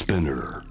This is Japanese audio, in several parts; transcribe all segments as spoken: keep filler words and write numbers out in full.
Spinner。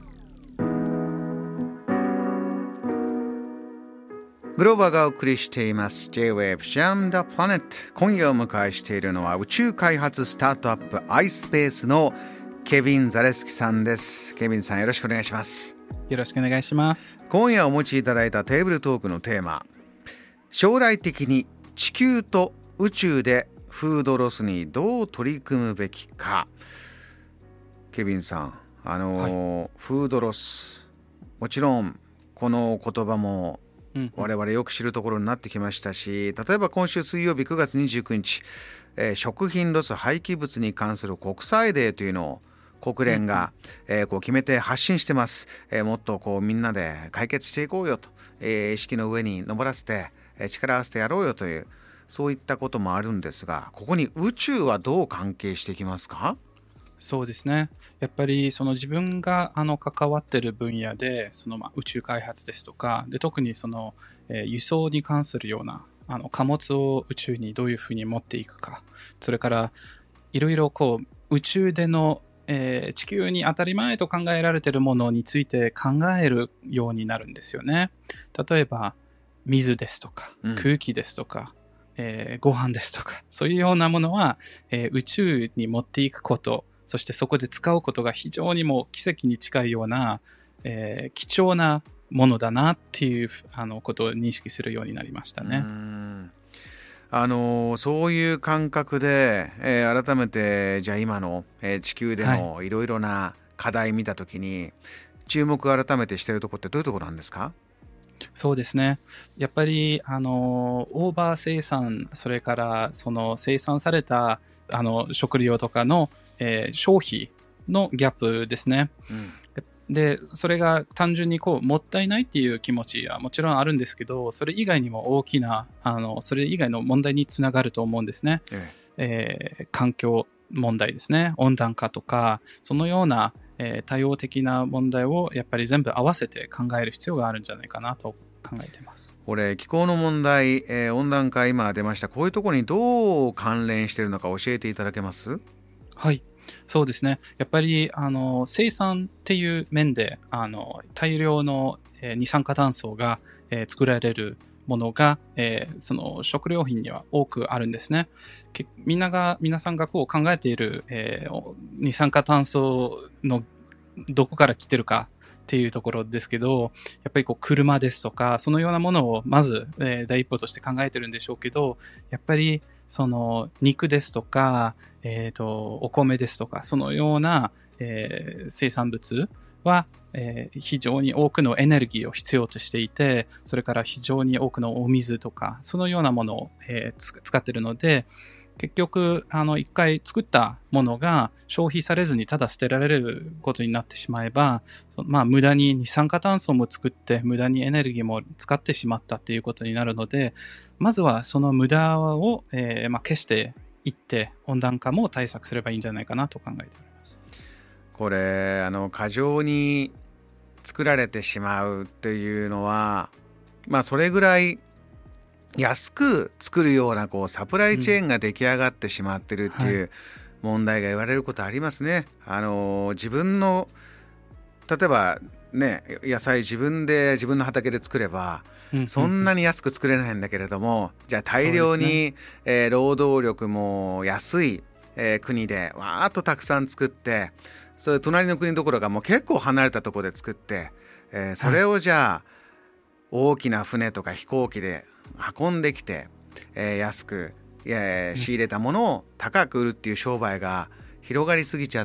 グローバーがお送りしています J-Wave Jam the Planet。 今夜お迎えしているのは宇宙開発スタートアップ iSpace のケビン・ザレスキさんです。ケビンさん、よろしくお願いします。 よろしくお願いします。 今夜お持ちいただいたテーブルトークのテーマ、将来的に地球と宇宙でフードロスにどう取り組むべきか。ケビンさん、あの、はい、フードロス、もちろんこの言葉も我々よく知るところになってきましたし、例えば今週水曜日くがつにじゅうくにち、えー、食品ロス廃棄物に関する国際デーというのを国連が、うんえー、こう決めて発信してます。えー、もっとこうみんなで解決していこうよと、えー、意識の上に登らせて、えー、力を合わせてやろうよという、そういったこともあるんですが、ここに宇宙はどう関係してきますか？ そうですね。やっぱりその自分があの関わっている分野で、そのまあ宇宙開発ですとか、で特にその、えー、輸送に関するようなあの貨物を宇宙にどういうふうに持っていくか、それからいろいろこう宇宙での、えー、地球に当たり前と考えられているものについて考えるようになるんですよね。例えば水ですとか空気ですとか、うんえー、ご飯ですとか、そういうようなものは、えー、宇宙に持っていくこと、そしてそこで使うことが非常にもう奇跡に近いような、えー、貴重なものだなっていうあのことを認識するようになりましたね。 うーんあのそういう感覚で、えー、改めてじゃあ今の、えー、地球でのいろいろな課題見たときに、はい、注目改めてしているところってどういうところなんですか？ そうですね。やっぱりあのオーバー生産、それからその生産されたあの食料とかのえー、消費のギャップですね、うん、でそれが単純にこうもったいないっていう気持ちはもちろんあるんですけど、それ以外にも大きなあのそれ以外の問題につながると思うんですね、ええー、環境問題ですね、温暖化とかそのような、えー、多様的な問題をやっぱり全部合わせて考える必要があるんじゃないかなと考えています。 これ気候の問題、えー、温暖化今出ました。こういうところにどう関連しているのか教えていただけます？ はい、そうですね。やっぱりあの生産っていう面であの大量の、えー、二酸化炭素が、えー、作られるものが、えー、その食料品には多くあるんですね。けみんなが皆さんがこう考えている、えー、二酸化炭素のどこから来てるかっていうところですけど、やっぱりこう車ですとかそのようなものをまず、えー、第一歩として考えてるんでしょうけど、やっぱりその肉ですとか、えーと、お米ですとか、そのような、えー、生産物は、えー、非常に多くのエネルギーを必要としていて、それから非常に多くのお水とか、そのようなものを、えー、使っているので、結局、あの、一回作ったものが消費されずにただ捨てられることになってしまえば、そまあ、無駄に二酸化炭素も作って、無駄にエネルギーも使ってしまったっていうことになるので、まずはその無駄を、えーまあ、消していって、温暖化も対策すればいいんじゃないかなと考えております。 これ、あの、過剰に作られてしまうっていうのは、まあ、それぐらい安く作るようなこうサプライチェーンが出来上がってしまってるっていう問題が言われることありますね。はい、あの自分の例えばね、野菜自分で自分の畑で作ればそんなに安く作れないんだけれども、じゃあ大量に、ねえー、労働力も安い、えー、国でわーっとたくさん作って、それ隣の国どころかもう結構離れたところで作って、えー、それをじゃあ、はい、大きな船とか飛行機で運んできて、えー、安く、えー、仕入れたものを高く売るっていう商売が広がりすぎちゃって、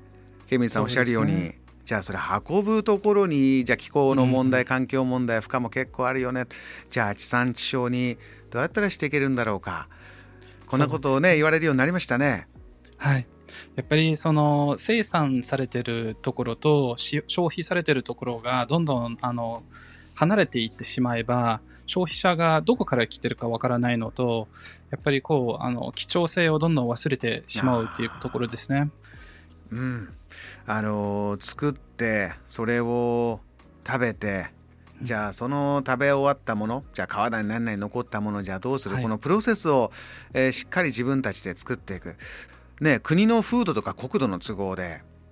ケビンさんおっしゃるように、ね、じゃあそれ運ぶところにじゃあ気候の問題、うん、環境問題負荷も結構あるよね。じゃあ地産地消にどうやったらしていけるんだろうか。こんなことをね言われるようになりましたね。 はい、やっぱりその生産されてるところと消費されてるところがどんどんあの離れていってしまえば、消費者がどこから来てるかわからないのと、やっぱりこうあの貴重性をどんどん忘れてしまうっていうところですね。 うん、あの作ってそれを食べて、じゃあその食べ終わったもの、じゃあ川田に何々残ったものじゃあどうする、はい、このプロセスを、えー、しっかり自分たちで作っていく、ね、国の風土とか国土の都合で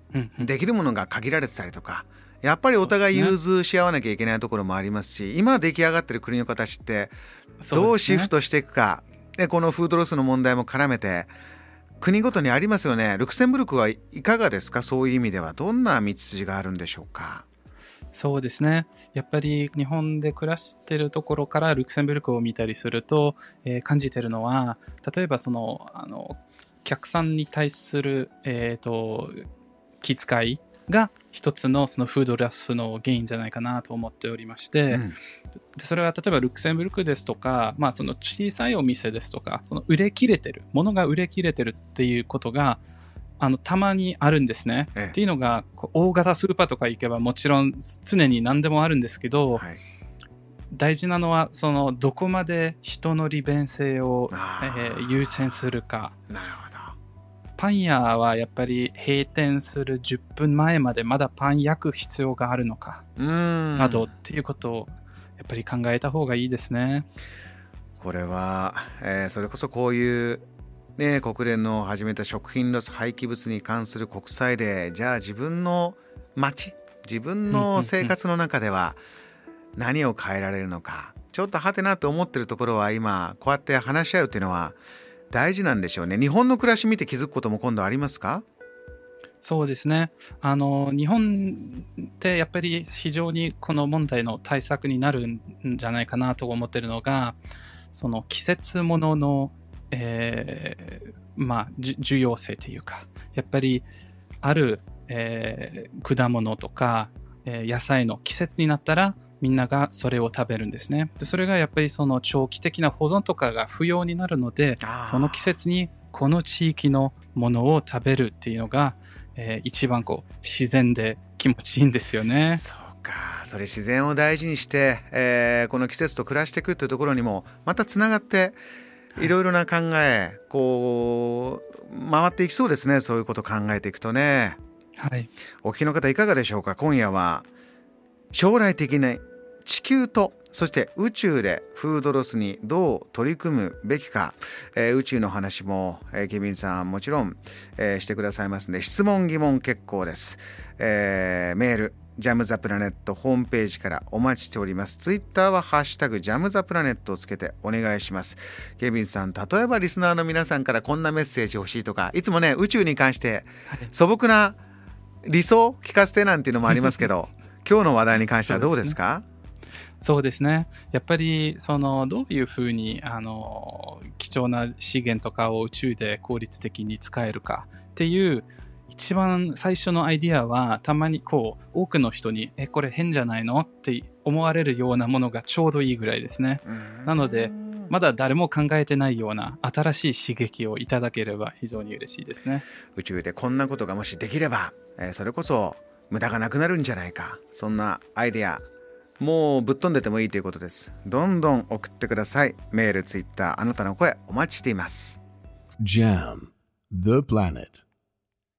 うんうん、 できるものが限られてたりとか、やっぱりお互い融通し合わなきゃいけないところもありますし、今出来上がってる国の形ってどうシフトしていくか、でこのフードロスの問題も絡めて国ごとにありますよね。ルクセンブルクはいかがですか？そういう意味ではどんな道筋があるんでしょうか？ そうですね。やっぱり日本で暮らしているところからルクセンブルクを見たりすると、えー感じてるのは、例えばその、あの、客さんに対する、えっと、気遣いが一つのそのフードロスの原因じゃないかなと思っておりまして、 うんでそれは例えばルクセンブルクですとか、まあその小さいお店ですとか、その売れ切れてる、物が売れ切れてるっていうことが、あの、たまにあるんですね。 ええっていうのが、こう大型スーパーとか行けばもちろん常に何でもあるんですけど、 はい、 大事なのは、その、どこまで人の利便性を、 あーえー優先するか。 なるほど。 パン屋はやっぱり閉店するじゅっぷんまえまでまだパン焼く必要があるのか、 うーんなどっていうことをやっぱり考えた方がいいですね。 これは、えーそれこそこういうね、国連の始めた食品ロス廃棄物に関する国際で、じゃあ自分の街、自分の生活の中では何を変えられるのか、ちょっとはてなと思ってるところは今こうやって話し合うっていうのは大事なんでしょうね。日本の暮らし見て気づくことも今度ありますか？ そうですね。あの、日本ってやっぱり非常にこの問題の対策になるんじゃないかなと思ってるのが、その季節ものの、えーまあ、じ重要性というか、やっぱりある、えー果物とか、えー野菜の季節になったら、みんながそれを食べるんですね。でそれがやっぱりその長期的な保存とかが不要になるので、 あーその季節にこの地域のものを食べるっていうのが、えー一番こう自然で気持ちいいんですよね。 そうか、それ自然を大事にして、えーこの季節と暮らしていくっていうところにもまたつながっていろいろな考えこう回っていきそうですね。そういうことを考えていくとね。 はい。 お聞きの方いかがでしょうか？今夜は将来的な地球とそして宇宙でフードロスにどう取り組むべきか、えー宇宙の話も、えーケビンさんもちろん、えーしてくださいますので、質問疑問結構です、えーメールジャムザプラネットホームページからお待ちしております。ツイッターはハッシュタグジャムザプラネットをつけてお願いします。ケビンさん、例えばリスナーの皆さんからこんなメッセージ欲しいとか、いつもね宇宙に関してはい素朴な理想聞かせてなんていうのもありますけど今日の話題に関してはどうですか？ そうですね。やっぱり、その、どういうふうに、あの、貴重な資源とかを宇宙で効率的に使えるかっていう、一番最初のアイディアは、たまにこう、多くの人に、え、これ変じゃないのって思われるようなものがちょうどいいぐらいですね。なので、まだ誰も考えてないような新しい刺激をいただければ非常に嬉しいですね。 宇宙でこんなことがもしできれば、えーそれこそ無駄がなくなるんじゃないか、そんなアイデアもうぶっ飛んでてもいいということです。どんどん送ってください。メール、ツイッター、あなたの声お待ちしています。 Jam, the planet.